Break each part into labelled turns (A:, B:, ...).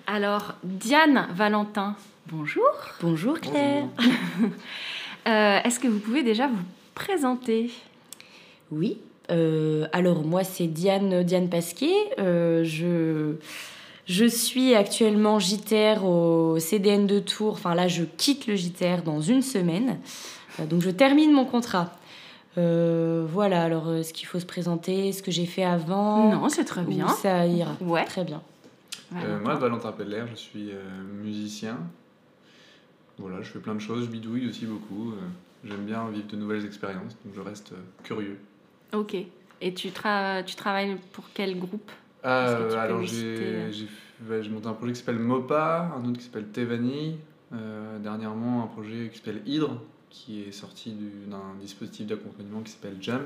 A: Alors, Diane Valentin, bonjour.
B: Bonjour Claire.
A: Bonjour. Est-ce que vous pouvez déjà vous présenter ?
B: Oui, alors moi c'est Diane Pasquier. Je suis actuellement JTR au CDN de Tours. Enfin là, je quitte le JTR dans une semaine. Donc je termine mon contrat. Voilà, alors est-ce qu'il faut se présenter, ce que j'ai fait avant ?
A: Non, c'est très bien.
B: Ça ira,
A: ouais.
B: Très bien.
C: Moi, Valentin Peller, je suis musicien. Voilà, je fais plein de choses, je bidouille aussi beaucoup. J'aime bien vivre de nouvelles expériences, donc je reste curieux.
A: Ok. Et tu travailles pour quel groupe ?
C: Alors j'ai monté un projet qui s'appelle Mopa, un autre qui s'appelle Tevani. Dernièrement, un projet qui s'appelle Hydre, qui est sorti d'un dispositif d'accompagnement qui s'appelle Jump.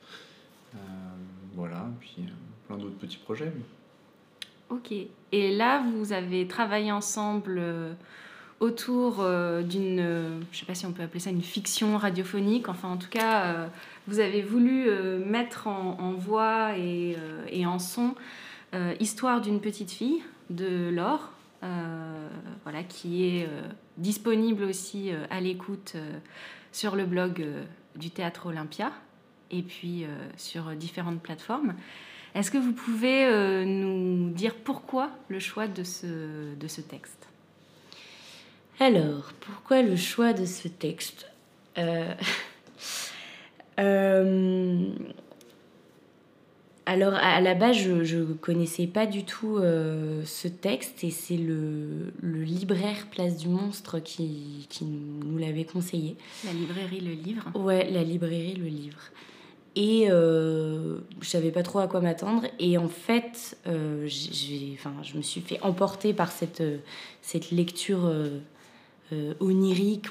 C: Voilà, puis plein d'autres petits projets.
A: Ok. Et là, vous avez travaillé ensemble autour d'une, je ne sais pas si on peut appeler ça une fiction radiophonique. Enfin, en tout cas, vous avez voulu mettre en voix et en son Histoire d'une petite fille de Laure, voilà, qui est disponible aussi à l'écoute sur le blog du Théâtre Olympia et puis sur différentes plateformes. Est-ce que vous pouvez nous dire pourquoi le choix de ce texte ?
B: Alors, pourquoi le choix de ce texte ? Alors, à la base, je ne connaissais pas du tout ce texte et c'est le libraire Place du Monstre qui nous l'avait conseillé.
A: La librairie Le Livre ?
B: Ouais, la librairie Le Livre. Et je savais pas trop à quoi m'attendre. Et en fait, je me suis fait emporter par cette lecture onirique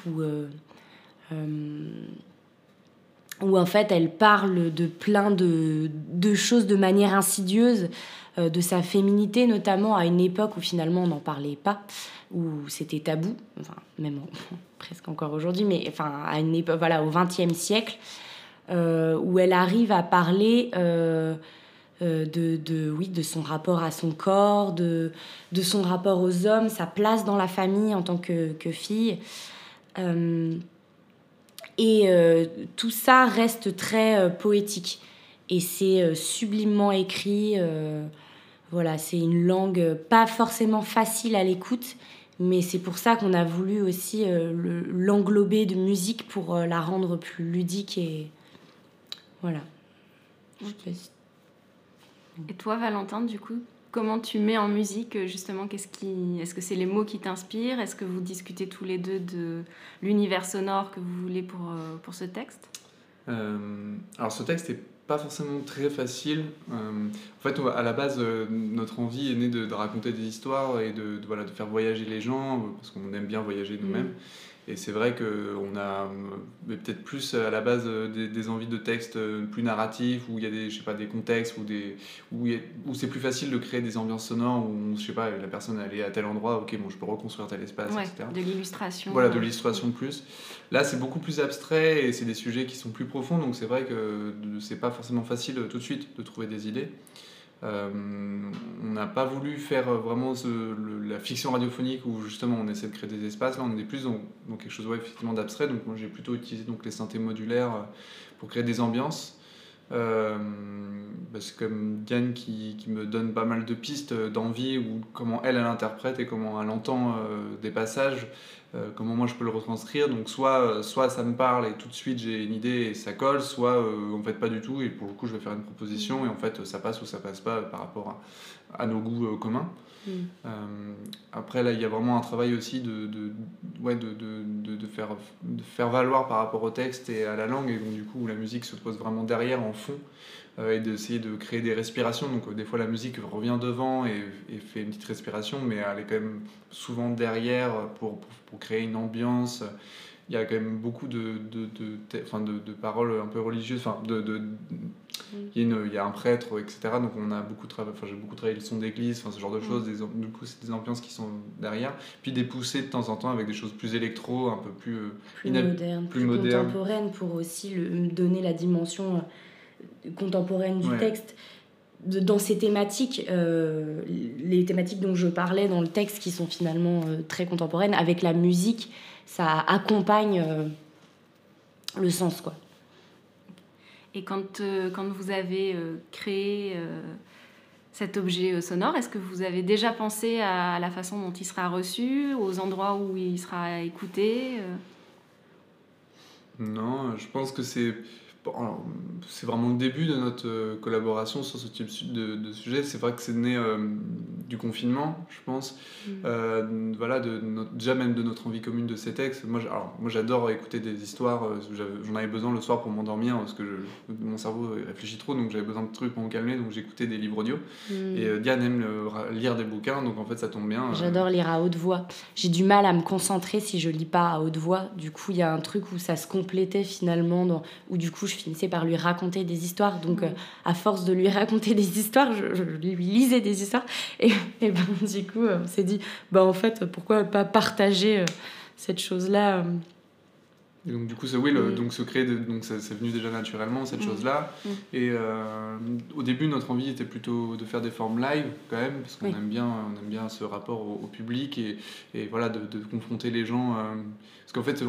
B: où en fait elle parle de plein de choses de manière insidieuse, de sa féminité notamment, à une époque où finalement on n'en parlait pas, où c'était tabou, enfin même presque encore aujourd'hui, mais enfin à une époque, voilà, au XXe siècle. Où elle arrive à parler de son rapport à son corps, de son rapport aux hommes, sa place dans la famille en tant que fille. Tout ça reste très poétique. Et c'est sublimement écrit. Voilà, c'est une langue pas forcément facile à l'écoute, mais c'est pour ça qu'on a voulu aussi l'englober de musique pour la rendre plus ludique et... Voilà.
A: Okay. Et toi, Valentin, du coup, comment tu mets en musique, justement, est-ce que c'est les mots qui t'inspirent ? Est-ce que vous discutez tous les deux de l'univers sonore que vous voulez pour ce texte ?
C: Alors, ce texte n'est pas forcément très facile. En fait, à la base, notre envie est née de raconter des histoires et de faire voyager les gens, parce qu'on aime bien voyager nous-mêmes. Et c'est vrai qu'on a peut-être plus à la base des envies de textes plus narratifs, où il y a des contextes, où c'est plus facile de créer des ambiances sonores, où la personne elle est à tel endroit, ok, bon, je peux reconstruire tel espace, etc.
A: De l'illustration.
C: Voilà, de l'illustration de plus. Là, c'est beaucoup plus abstrait et c'est des sujets qui sont plus profonds, donc c'est vrai que c'est pas forcément facile tout de suite de trouver des idées. On n'a pas voulu faire vraiment la fiction radiophonique où justement on essaie de créer des espaces. Là on est plus dans quelque chose effectivement d'abstrait, donc moi j'ai plutôt utilisé les synthés modulaires pour créer des ambiances. C'est comme Diane qui me donne pas mal de pistes d'envie, ou comment elle interprète et comment elle entend des passages, comment moi je peux le retranscrire. Donc soit ça me parle et tout de suite j'ai une idée et ça colle, soit en fait pas du tout et pour le coup je vais faire une proposition et en fait ça passe ou ça passe pas par rapport à nos goûts communs. Après là il y a vraiment un travail aussi de faire valoir par rapport au texte et à la langue, et donc du coup la musique se pose vraiment derrière en fond, et d'essayer de créer des respirations. Donc des fois la musique revient devant et fait une petite respiration, mais elle est quand même souvent derrière pour créer une ambiance. Il y a quand même beaucoup de paroles un peu religieuses, il y a un prêtre, etc. Donc on a beaucoup j'ai beaucoup travaillé le son d'église, ce genre de choses. Du coup c'est des ambiances qui sont derrière, puis des poussées de temps en temps avec des choses plus électro, un peu plus
B: modernes, plus contemporaines, pour aussi donner la dimension contemporaine du texte. dans ces thématiques, les thématiques dont je parlais dans le texte, qui sont finalement très contemporaines, avec la musique, ça accompagne le sens, quoi.
A: Et quand vous avez créé cet objet sonore, est-ce que vous avez déjà pensé à la façon dont il sera reçu, aux endroits où il sera écouté
C: Non, je pense que c'est vraiment le début de notre collaboration sur ce type de sujet. C'est vrai que c'est né du confinement, je pense. Voilà, déjà même de notre envie commune de ces textes. Moi, j'adore écouter des histoires. J'en avais besoin le soir pour m'endormir parce que mon cerveau réfléchit trop, donc j'avais besoin de trucs pour me calmer, donc j'écoutais des livres audio. Et Diane aime lire des bouquins, donc en fait ça tombe bien.
B: J'adore lire à haute voix. J'ai du mal à me concentrer si je lis pas à haute voix. Du coup, il y a un truc où ça se complétait finalement, où du coup je finissais par lui raconter des histoires. Donc à force de lui raconter des histoires, je lui lisais des histoires. Et ben, du coup, on s'est dit, en fait, pourquoi pas partager cette chose-là
C: Et donc du coup, c'est venu déjà naturellement, cette chose-là. Et au début, notre envie était plutôt de faire des formes live, quand même, parce qu'on aime bien ce rapport au public et voilà, de confronter les gens. Parce qu'en fait,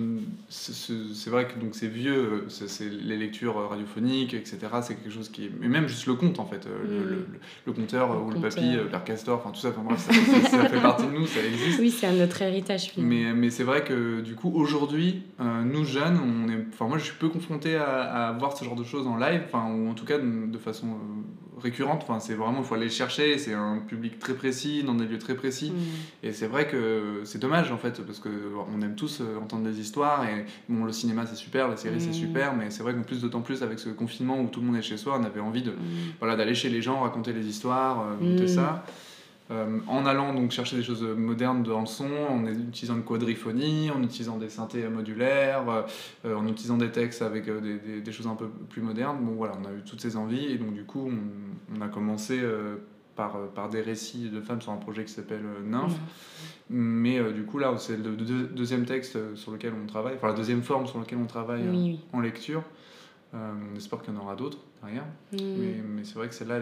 C: c'est vrai que donc, c'est vieux, c'est les lectures radiophoniques, etc. C'est quelque chose qui est... Mais même juste le conte, en fait. Le conteur ou le papy, Père Castor, enfin tout ça, bref, ça fait partie de nous, ça existe.
B: Oui, c'est notre héritage.
C: Mais c'est vrai que du coup, aujourd'hui, nous jeunes, moi je suis peu confronté à voir ce genre de choses en live, ou en tout cas de façon récurrente. C'est vraiment, il faut aller chercher, c'est un public très précis, dans des lieux très précis. Et c'est vrai que c'est dommage en fait, parce qu'on aime tous entendre des histoires, et bon, le cinéma c'est super, la série c'est super, mais c'est vrai qu'en plus, d'autant plus avec ce confinement où tout le monde est chez soi, on avait envie d'aller chez les gens, raconter les histoires, monter ça. En allant donc chercher des choses modernes dans le son, en utilisant une quadriphonie, en utilisant des synthés modulaires, en utilisant des textes avec des choses un peu plus modernes. Bon voilà, on a eu toutes ces envies et donc du coup on a commencé par des récits de femmes sur un projet qui s'appelle Nymphe. Mais du coup là c'est le deuxième texte sur lequel on travaille, enfin la deuxième forme sur laquelle on travaille en lecture. On espère qu'il y en aura d'autres derrière. Mais c'est vrai que celle-là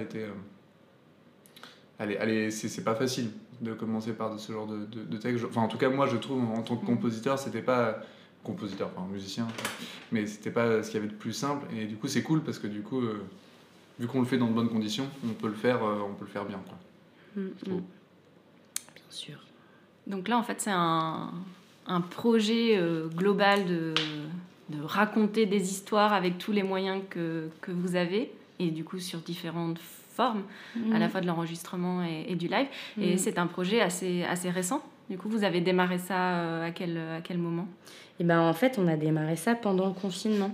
C: c'est pas facile de commencer par ce genre de texte. En tout cas, moi, je trouve, en tant que compositeur, c'était pas... musicien, mais c'était pas ce qu'il y avait de plus simple. Et du coup, c'est cool, parce que du coup, vu qu'on le fait dans de bonnes conditions, on peut le faire bien, quoi.
B: Bien sûr.
A: Donc là, en fait, c'est un projet global de raconter des histoires avec tous les moyens que vous avez, et du coup, sur différentes formes, à la fois de l'enregistrement et du live. Et c'est un projet assez récent. Du coup, vous avez démarré ça à quel moment ?
B: Et en fait, on a démarré ça pendant le confinement.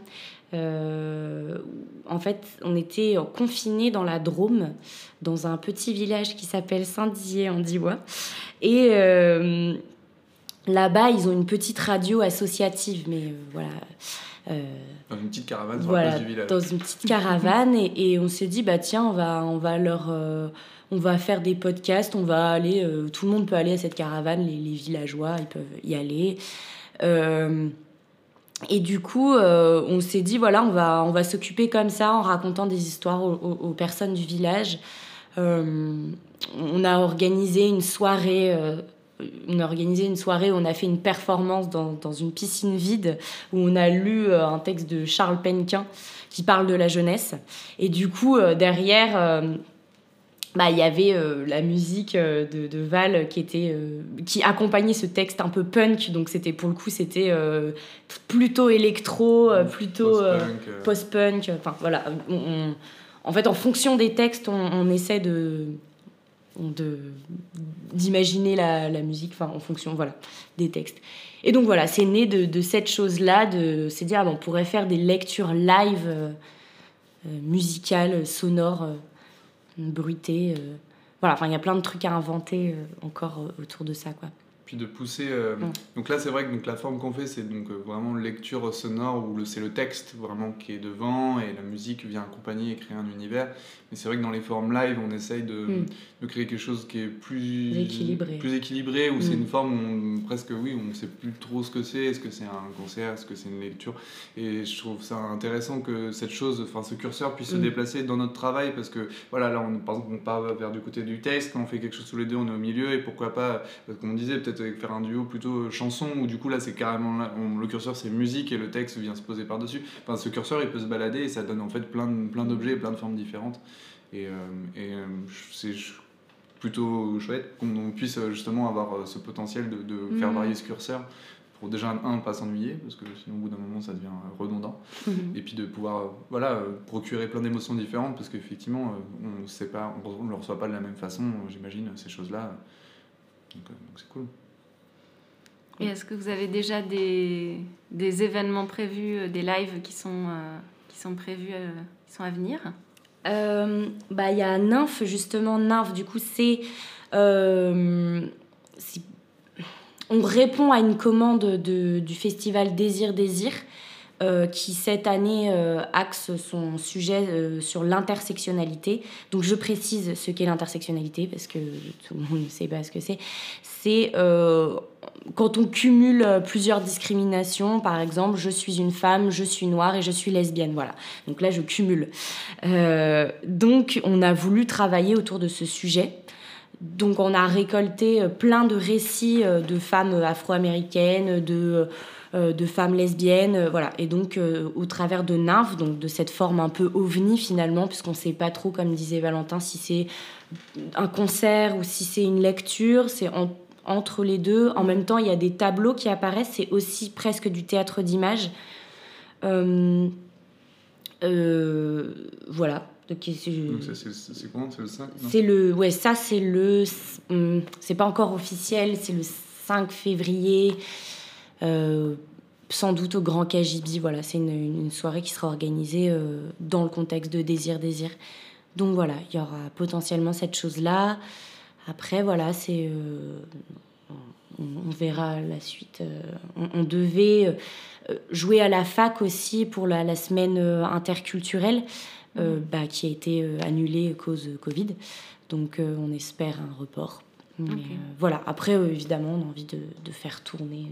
B: En fait, on était confinés dans la Drôme, dans un petit village qui s'appelle Saint-Dizier-en-Diois. Et là-bas, ils ont une petite radio associative, mais voilà...
C: dans une petite caravane sur la place du village.
B: Dans une petite caravane, et on s'est dit tiens, on va faire des podcasts, on va aller, tout le monde peut aller à cette caravane, les villageois ils peuvent y aller, et du coup on s'est dit on va s'occuper comme ça, en racontant des histoires aux personnes du village. On a organisé une soirée où on a fait une performance dans une piscine vide, où on a lu un texte de Charles Penquin qui parle de la jeunesse. Et du coup, derrière, il y avait la musique de Val qui accompagnait ce texte un peu punk. Donc c'était plutôt électro, plutôt post-punk. Enfin voilà. En fait, en fonction des textes, on essaie d'imaginer la musique, en fonction des textes. Et donc c'est né de cette chose-là, de se dire on pourrait faire des lectures live musicales, sonores, bruitées. Il y a plein de trucs à inventer encore autour de ça, quoi.
C: puis de pousser... Donc là, c'est vrai que donc, la forme qu'on fait, c'est donc vraiment lecture sonore, où c'est le texte vraiment qui est devant, et la musique vient accompagner et créer un univers. Mais c'est vrai que dans les formes live, on essaye de créer quelque chose qui est plus équilibré, où c'est une forme où presque, oui, on ne sait plus trop ce que c'est. Est-ce que c'est un concert? Est-ce que c'est une lecture? Et je trouve ça intéressant que cette chose, enfin ce curseur puisse se déplacer dans notre travail, parce que voilà, là, par exemple, on part vers du côté du texte, quand on fait quelque chose tous les deux, on est au milieu, et pourquoi pas, comme on disait, peut-être faire un duo plutôt chanson, où du coup là c'est carrément là, le curseur c'est musique et le texte vient se poser par-dessus. Enfin, ce curseur il peut se balader et ça donne en fait plein d'objets et plein de formes différentes. Et c'est plutôt chouette qu'on puisse justement avoir ce potentiel de faire varier ce curseur, pour déjà pas s'ennuyer, parce que sinon au bout d'un moment ça devient redondant, et puis de pouvoir procurer plein d'émotions différentes, parce qu'effectivement on ne le reçoit pas de la même façon, j'imagine, ces choses-là, donc c'est cool.
A: Et est-ce que vous avez déjà des événements prévus, des lives qui sont prévus, qui sont à venir?
B: Il y a Nymphe, justement. Nymphe, du coup, on répond à une commande du festival Désir, qui cette année axe son sujet sur l'intersectionnalité. Donc je précise ce qu'est l'intersectionnalité, parce que tout le monde ne sait pas ce que c'est. C'est quand on cumule plusieurs discriminations, par exemple, je suis une femme, je suis noire et je suis lesbienne, voilà. Donc là, je cumule. Donc on a voulu travailler autour de ce sujet. Donc on a récolté plein de récits de femmes afro-américaines, de femmes lesbiennes, voilà. Et donc au travers de Nymphe, donc de cette forme un peu ovni finalement, puisqu'on ne sait pas trop, comme disait Valentin, si c'est un concert ou si c'est une lecture, c'est entre les deux. En même temps, il y a des tableaux qui apparaissent, c'est aussi presque du théâtre d'image. Voilà.
C: Donc ça, c'est comment? C'est le 5?
B: C'est pas encore officiel, c'est le 5 février, sans doute au Grand Kajibi. Voilà, c'est une soirée qui sera organisée dans le contexte de Désir. Donc voilà, il y aura potentiellement cette chose-là. Après, voilà, on verra la suite. On devait jouer à la fac aussi pour la semaine interculturelle, qui a été annulée à cause de Covid. Donc on espère un report. Mais, voilà. Après, évidemment, on a envie de faire tourner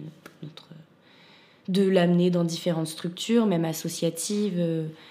B: de l'amener dans différentes structures, même associatives,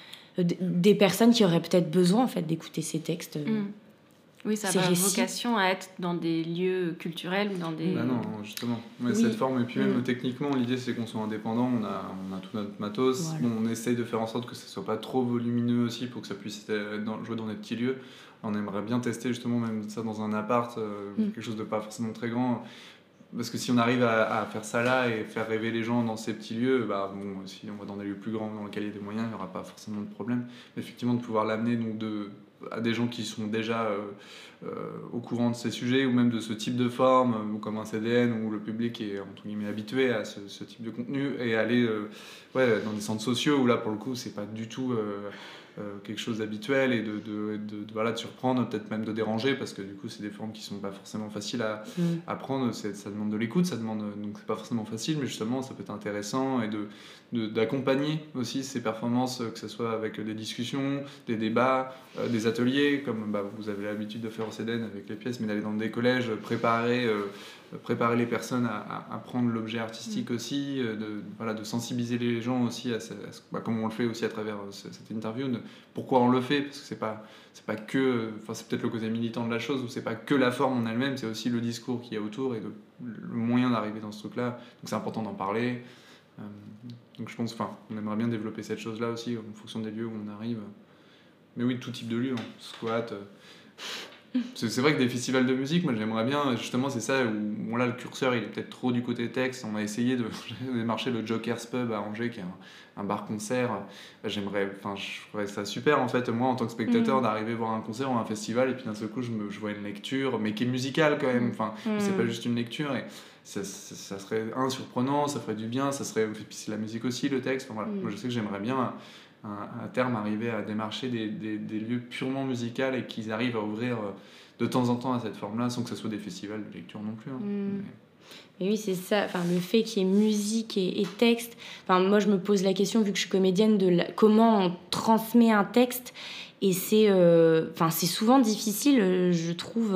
B: des personnes qui auraient peut-être besoin en fait d'écouter ces textes.
A: Oui, ça a vocation à être dans des lieux culturels ou dans des...
C: non, justement. Mais cette forme, et puis même techniquement, l'idée c'est qu'on soit indépendant, on a tout notre matos. Voilà. Bon, on essaye de faire en sorte que ça soit pas trop volumineux aussi pour que ça puisse jouer dans des petits lieux. On aimerait bien tester justement même ça dans un appart, quelque chose de pas forcément très grand. Parce que si on arrive à faire ça là et faire rêver les gens dans ces petits lieux, si on va dans des lieux plus grands dans lesquels il y a des moyens, il n'y aura pas forcément de problème. Mais effectivement, de pouvoir l'amener à des gens qui sont déjà au courant de ces sujets, ou même de ce type de forme, comme un CDN, où le public est entre guillemets habitué à ce type de contenu, et aller dans des centres sociaux où là pour le coup c'est pas du tout quelque chose d'habituel, et de surprendre, peut-être même de déranger, parce que du coup c'est des formes qui sont pas forcément faciles à apprendre. Ça demande de l'écoute, donc c'est pas forcément facile, mais justement ça peut être intéressant, et d'accompagner aussi ces performances, que ce soit avec des discussions, des débats, des ateliers, comme vous avez l'habitude de faire au CEDEN avec les pièces, mais d'aller dans des collèges, préparer les personnes à prendre l'objet artistique aussi, de sensibiliser les gens aussi à comme on le fait aussi à travers cette interview, pourquoi on le fait, parce que c'est pas que, c'est peut-être le côté militant de la chose, où c'est pas que la forme en elle-même, c'est aussi le discours qu'il y a autour et le moyen d'arriver dans ce truc-là, donc c'est important d'en parler. Donc je pense, on aimerait bien développer cette chose-là aussi en fonction des lieux où on arrive. Mais oui, tout type de lieu, squat. C'est vrai que des festivals de musique, moi j'aimerais bien, justement c'est ça où là le curseur il est peut-être trop du côté texte. On a essayé de démarcher le Joker's Pub à Angers, qui est un bar-concert. Je trouvais ça super en fait, moi en tant que spectateur, d'arriver voir un concert ou un festival, et puis d'un seul coup je vois une lecture, mais qui est musicale quand même, c'est pas juste une lecture, et ça serait surprenant, ça ferait du bien, puis c'est la musique aussi, le texte, moi je sais que j'aimerais bien à terme arriver à démarcher des lieux purement musicaux, et qu'ils arrivent à ouvrir de temps en temps à cette forme-là, sans que ce soit des festivals de lecture non plus.
B: Mais oui, c'est ça. Enfin, le fait qu'il y ait musique et texte. Enfin, moi, je me pose la question, vu que je suis comédienne, comment on transmet un texte. Et c'est souvent difficile, je trouve,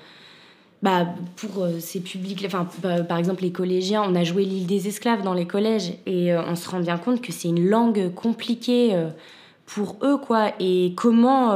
B: pour ces publics. Enfin, par exemple, les collégiens, on a joué l'île des esclaves dans les collèges. Et on se rend bien compte que c'est une langue compliquée pour eux, quoi. Et comment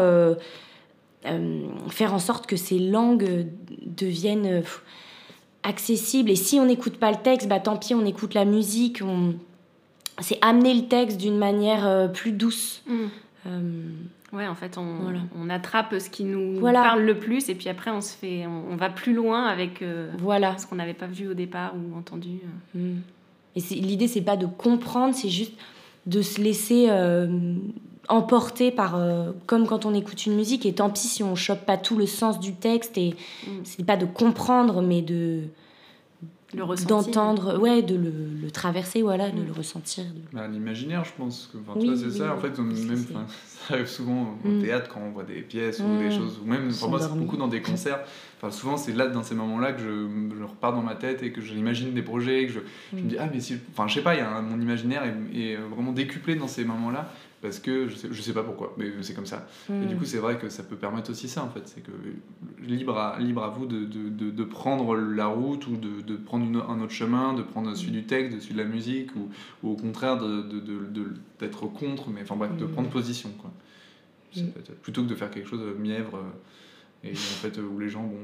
B: faire en sorte que ces langues deviennent accessible. Et si on n'écoute pas le texte, tant pis, on écoute la musique. C'est amener le texte d'une manière plus douce.
A: Ouais, en fait, on attrape ce qui nous
B: voilà.
A: parle le plus, et puis après, on va plus loin avec ce qu'on n'avait pas vu au départ ou entendu.
B: Et l'idée, c'est pas de comprendre, c'est juste de se laisser emporter par comme quand on écoute une musique. Et tant pis si on chope pas tout le sens du texte. Et c'est pas de comprendre, mais de
A: le ressentir,
B: d'entendre, de le traverser, de le ressentir.
C: L'imaginaire, je pense que c'est ça. En fait, même ça arrive souvent au théâtre quand on voit des pièces ou des choses, ou même moi c'est beaucoup dans des concerts. Souvent c'est là dans ces moments-là que je repars dans ma tête et que j'imagine des projets, que je me dis mais si, je sais pas, mon imaginaire est vraiment décuplé dans ces moments-là. Parce que je sais pas pourquoi, mais c'est comme ça. Et du coup, c'est vrai que ça peut permettre aussi ça, en fait. C'est que libre à vous de prendre la route ou de prendre un autre chemin, de prendre celui du texte, celui de la musique, ou au contraire d'être contre, mais de prendre position, quoi. Plutôt que de faire quelque chose de mièvre et en fait où les gens,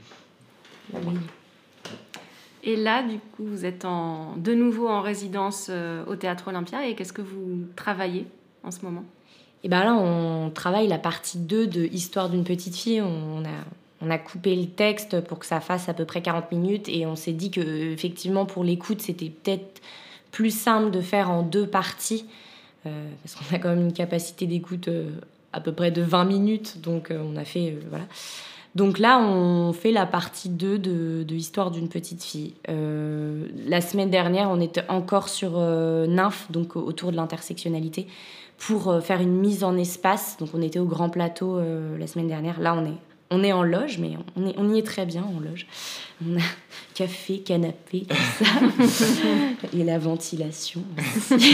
A: Et là, du coup, vous êtes de nouveau en résidence au Théâtre Olympia, et qu'est-ce que vous travaillez en ce moment?
B: Et là, on travaille la partie 2 de Histoire d'une petite fille. On a coupé le texte pour que ça fasse à peu près 40 minutes, et on s'est dit que effectivement pour l'écoute, c'était peut-être plus simple de faire en 2 parties, parce qu'on a quand même une capacité d'écoute à peu près de 20 minutes, donc on a fait... voilà. Donc là, on fait la partie 2 de Histoire d'une petite fille. La semaine dernière, on était encore sur Nymphe, donc autour de l'intersectionnalité, pour faire une mise en espace. Donc on était au Grand Plateau la semaine dernière. Là, on est en loge, mais on y est très bien en loge. On a café, canapé, tout ça. Et la ventilation aussi.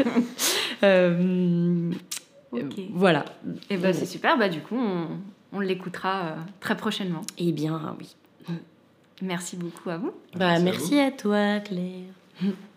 B: Voilà.
A: Et c'est super. Du coup, on l'écoutera très prochainement.
B: Eh bien, oui.
A: Merci beaucoup à vous.
B: Merci à toi, Claire.